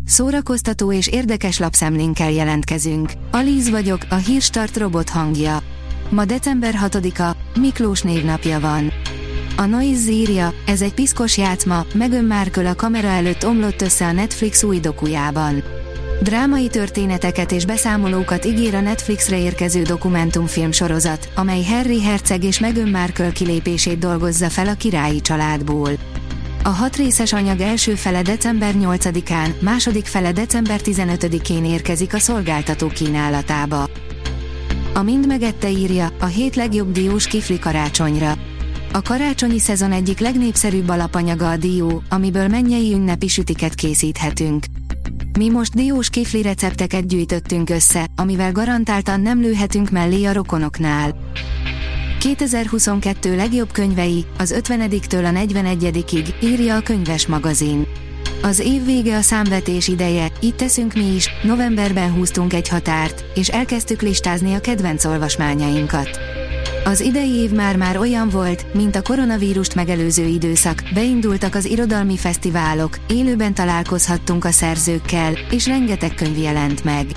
Szórakoztató és érdekes lapszemlénkkel jelentkezünk. Alíz vagyok, a Hírstart robot hangja. Ma december 6-a, Miklós névnapja van. A Noise írja, ez egy piszkos játszma, Meghan Markle a kamera előtt omlott össze a Netflix új dokujában. Drámai történeteket és beszámolókat ígér a Netflixre érkező dokumentumfilm sorozat, amely Harry herceg és Meghan Markle kilépését dolgozza fel a királyi családból. A 6 részes anyag első fele december 8-án, második fele december 15-én érkezik a szolgáltató kínálatába. A Mind megette írja, a 7 legjobb diós kifli karácsonyra. A karácsonyi szezon egyik legnépszerűbb alapanyaga a dió, amiből mennyei ünnepi sütiket készíthetünk. Mi most diós kifli recepteket gyűjtöttünk össze, amivel garantáltan nem lőhetünk mellé a rokonoknál. 2022 legjobb könyvei, az 50-től a 41-ig, írja a Könyves magazin. Az év vége a számvetés ideje, így teszünk mi is, novemberben húztunk egy határt, és elkezdtük listázni a kedvenc olvasmányainkat. Az idei év már olyan volt, mint a koronavírust megelőző időszak, beindultak az irodalmi fesztiválok, élőben találkozhattunk a szerzőkkel, és rengeteg könyv jelent meg.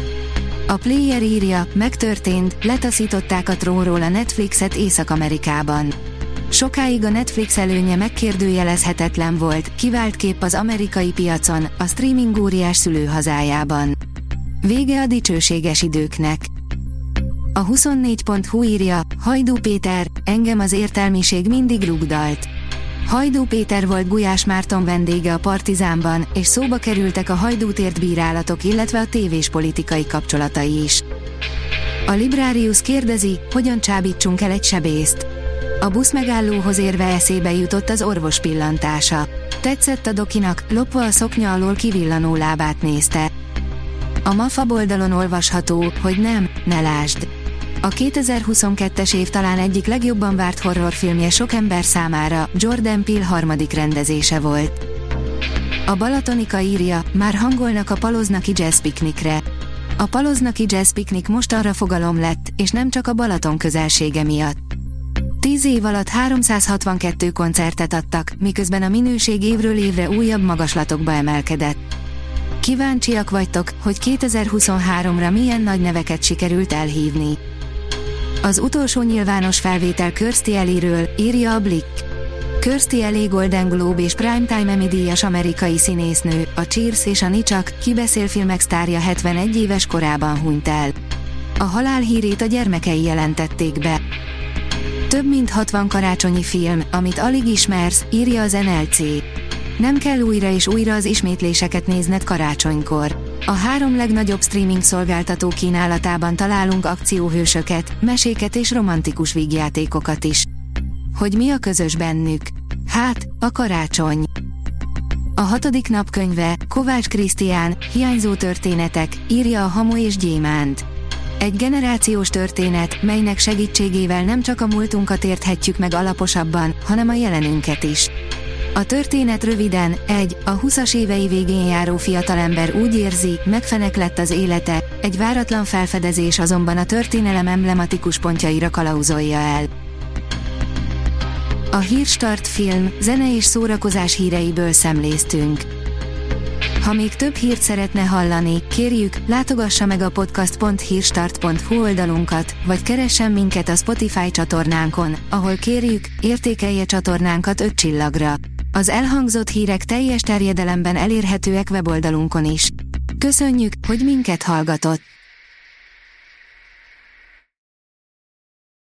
A Player írja, megtörtént, letaszították a trónról a Netflixet Észak-Amerikában. Sokáig a Netflix előnye megkérdőjelezhetetlen volt, kivált kép az amerikai piacon, a streaming óriás szülőhazájában. Vége a dicsőséges időknek. A 24.hu írja, Hajdú Péter, engem az értelmiség mindig rugdalt. Hajdú Péter volt Gulyás Márton vendége a Partizánban, és szóba kerültek a Hajdút ért bírálatok, illetve a tévés politikai kapcsolatai is. A Librarius kérdezi, hogyan csábítsunk el egy sebészt. A busz megállóhoz érve eszébe jutott az orvos pillantása. Tetszett a dokinak, lopva a szoknya alól kivillanó lábát nézte. A MAFA oldalon olvasható, hogy nem, ne lásd. A 2022-es év talán egyik legjobban várt horrorfilmje sok ember számára, Jordan Peele harmadik rendezése volt. A Balatonika írja, már hangolnak a paloznaki jazzpiknikre. A paloznaki jazzpiknik mostanra fogalom lett, és nem csak a Balaton közelsége miatt. 10 év alatt 362 koncertet adtak, miközben a minőség évről évre újabb magaslatokba emelkedett. Kíváncsiak vagytok, hogy 2023-ra milyen nagy neveket sikerült elhívni. Az utolsó nyilvános felvétel Kirstie Alley-ről, írja a Blick. Kirstie Alley Golden Globe és Primetime Emmy díjas amerikai színésznő, a Cheers és a Nicsak, kibeszélfilmek sztárja 71 éves korában hunyt el. A halál hírét a gyermekei jelentették be. Több mint 60 karácsonyi film, amit alig ismersz, írja az NLC. Nem kell újra és újra az ismétléseket nézned karácsonykor. A 3 legnagyobb streaming szolgáltató kínálatában találunk akcióhősöket, meséket és romantikus vígjátékokat is. Hogy mi a közös bennük? Hát, a karácsony. A 6. napkönyve, Kovács Krisztián, Hiányzó történetek, írja a Hamu és Gyémánt. Egy generációs történet, melynek segítségével nem csak a múltunkat érthetjük meg alaposabban, hanem a jelenünket is. A történet röviden, a 20-as évei végén járó fiatalember úgy érzi, megfenek lett az élete, egy váratlan felfedezés azonban a történelem emblematikus pontjaira kalauzolja el. A Hírstart film, zene és szórakozás híreiből szemléztünk. Ha még több hírt szeretne hallani, kérjük, látogassa meg a podcast.hírstart.hu oldalunkat, vagy keressen minket a Spotify csatornánkon, ahol kérjük, értékelje csatornánkat 5 csillagra. Az elhangzott hírek teljes terjedelemben elérhetőek weboldalunkon is. Köszönjük, hogy minket hallgatott!